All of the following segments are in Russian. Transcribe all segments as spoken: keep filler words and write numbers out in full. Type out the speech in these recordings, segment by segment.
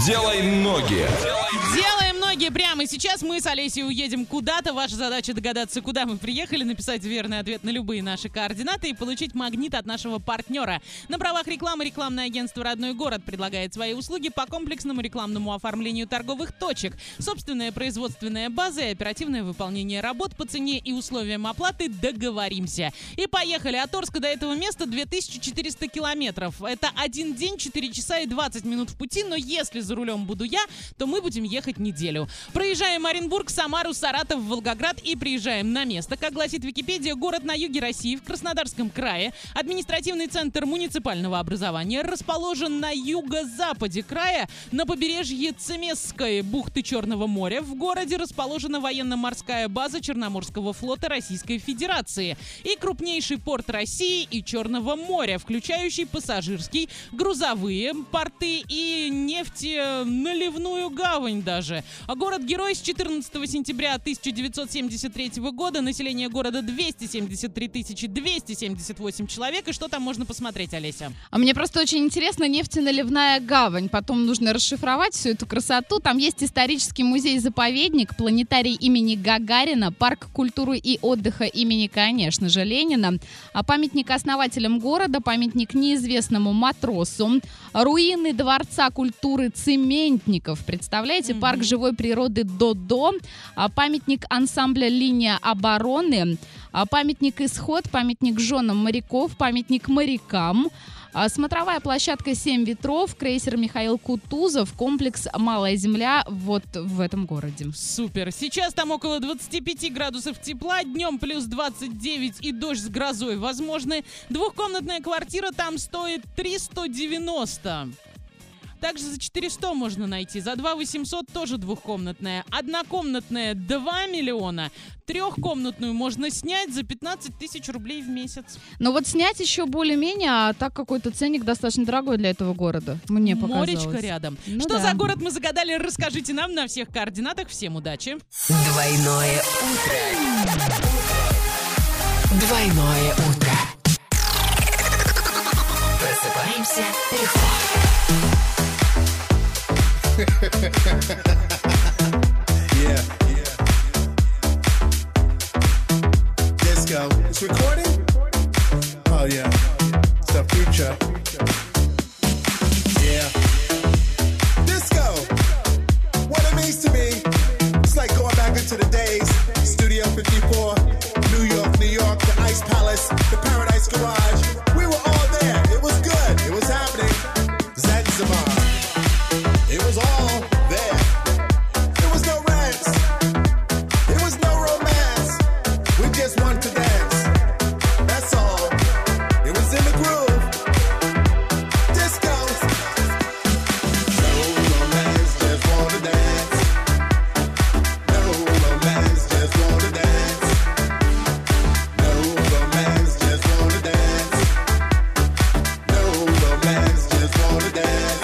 Делай ноги. Делаем ноги прямо сейчас. Мы с Олесей уедем куда-то. Ваша задача догадаться, куда мы приехали, написать верный ответ на любые наши координаты и получить магнит от нашего партнера. На правах рекламы рекламное агентство «Родной город» предлагает свои услуги по комплексному рекламному оформлению торговых точек. Собственная производственная база и оперативное выполнение работ по цене и условиям оплаты. Договоримся. И поехали. От Орска до этого места две тысячи четыреста километров. Это один день, четыре часа и двадцать минут в пути, но если за рулем буду я, то мы будем ехать неделю. Проезжаем Оренбург, Самару, Саратов, Волгоград и приезжаем на место. Как гласит Википедия, город на юге России, в Краснодарском крае. Административный центр муниципального образования расположен на юго-западе края, на побережье Цемесской бухты Черного моря. В городе расположена военно-морская база Черноморского флота Российской Федерации и крупнейший порт России и Черного моря, включающий пассажирский, грузовые порты и нефтеналивную гавань даже. А город-герой с четырнадцатого сентября тысяча девятьсот семьдесят третьего года. Население города двести семьдесят три тысячи двести семьдесят восемь человек. И что там можно посмотреть, Олеся? А мне просто очень интересно нефтеналивная гавань. Потом нужно расшифровать всю эту красоту. Там есть исторический музей-заповедник, планетарий имени Гагарина, парк культуры и отдыха имени, конечно же, Ленина, памятник основателям города, памятник неизвестному матросу, руины дворца культуры цементников. Представляете, mm-hmm. парк живой природы Додо, памятник ансамбля «Линия обороны», памятник «Исход», памятник женам моряков, памятник морякам, смотровая площадка «Семь ветров», крейсер Михаил Кутузов, комплекс «Малая земля» вот в этом городе. Супер. Сейчас там около двадцати пяти градусов тепла, днем плюс двадцать девять и дождь с грозой возможны. Двухкомнатная квартира там стоит триста девяносто. Также за четыреста можно найти. За два восемьсот тоже двухкомнатная. Однокомнатная два миллиона. Трехкомнатную можно снять за пятнадцать тысяч рублей в месяц. Но вот снять еще более-менее, а так какой-то ценник достаточно дорогой для этого города. Мне показалось. Моречко рядом. Ну Что да. за город мы загадали, расскажите нам на всех координатах. Всем удачи. Двойное утро. Двойное утро. Просыпаемся легко. yeah, yeah. Disco. It's recording? Oh, yeah. It's the future. Yeah. Disco. What it means to me, it's like going back into the days. Studio fifty-four, New York, New York, the Ice Palace, the Paradise Garage. We were all there. It was good. It was happening. Zanzibar. It was all there. There was no rents. There was no romance. We just wanted to dance. That's all. It was in the groove. Disco. No romance, just wanna dance. No romance, just wanna dance. No romance, just wanna dance. No romance, just wanna dance.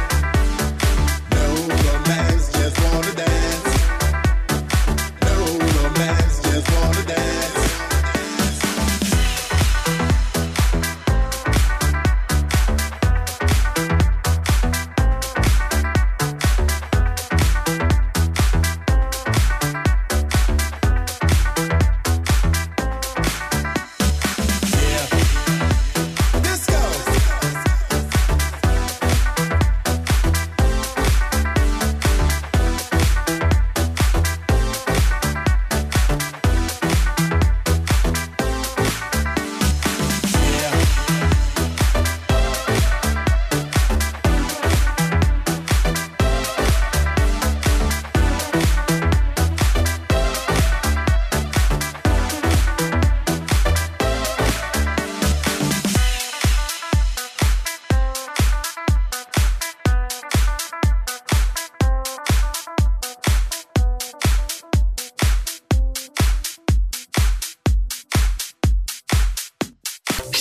No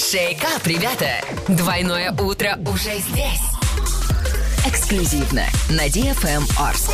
Шейкап, ребята! Двойное утро уже здесь. Эксклюзивно на ди эф эм Орск.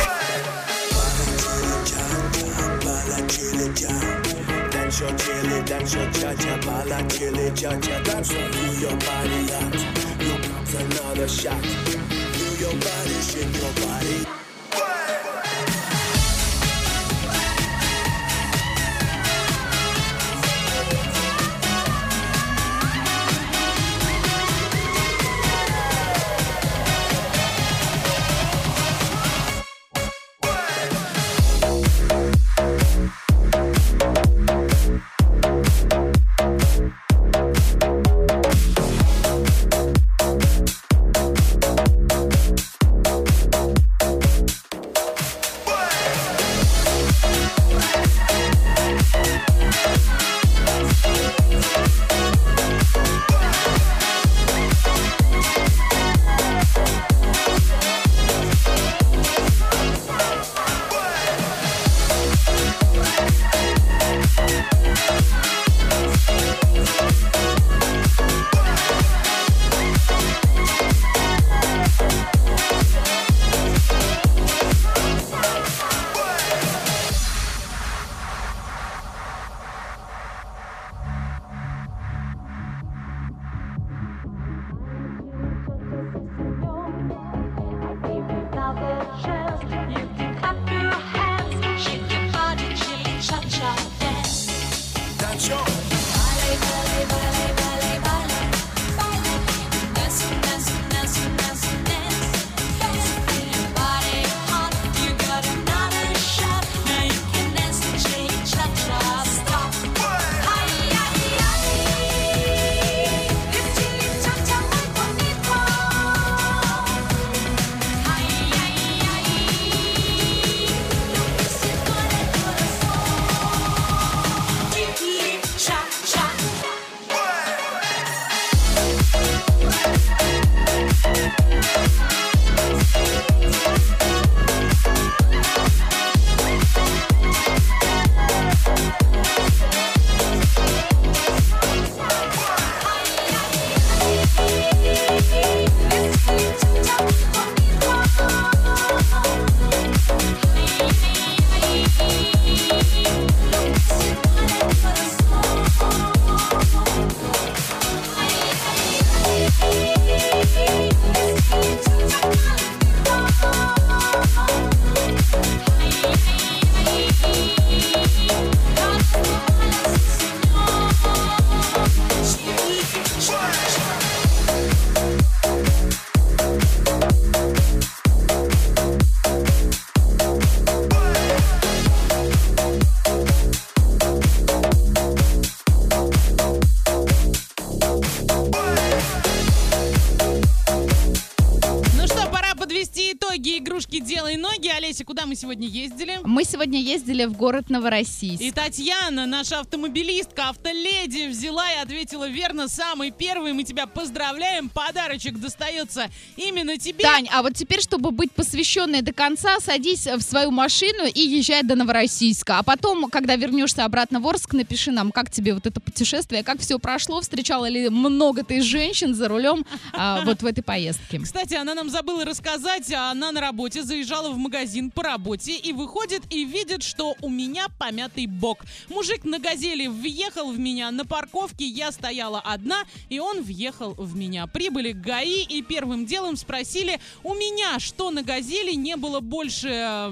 Игрушки «Делай ноги». Олеся, куда мы сегодня ездили? Мы сегодня ездили в город Новороссийск. И Татьяна, наша автомобилистка, автоледи, взяла и ответила верно, самый первый. Мы тебя поздравляем. Подарочек достается именно тебе. Тань, а вот теперь, чтобы быть посвященной до конца, садись в свою машину и езжай до Новороссийска. А потом, когда вернешься обратно в Орск, напиши нам, как тебе вот это путешествие, как все прошло, встречала ли много ты женщин за рулем а, вот в этой поездке. Кстати, она нам забыла рассказать, она на работе заезжала в магазин по работе и выходит и видит, что у меня помятый бок. Мужик на «Газели» въехал в меня на парковке, я стояла одна, и он въехал в меня. Прибыли к ГАИ и первым делом спросили у меня, что на «Газели» не было больше...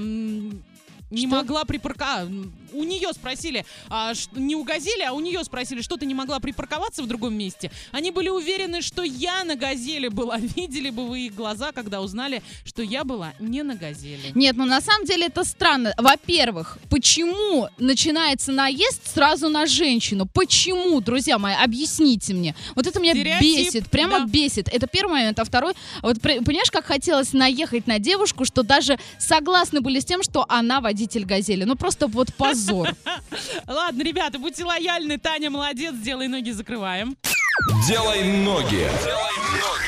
М- не что? могла припарковаться. У нее спросили, а, ш... не у «Газели», а у нее спросили, что ты не могла припарковаться в другом месте. Они были уверены, что я на «Газели» была. Видели бы вы их глаза, когда узнали, что я была не на «Газели». Нет, ну на самом деле это странно. Во-первых, почему начинается наезд сразу на женщину? Почему, друзья мои, объясните мне. Вот это меня Стереотип, бесит, прямо да. бесит. Это первый момент. А второй, вот понимаешь, как хотелось наехать на девушку, что даже согласны были с тем, что она водитель «Газели». Ну просто вот позор. Ладно, ребята, будьте лояльны. Таня молодец, «Делай ноги» закрываем. Делай ноги. Делай ноги.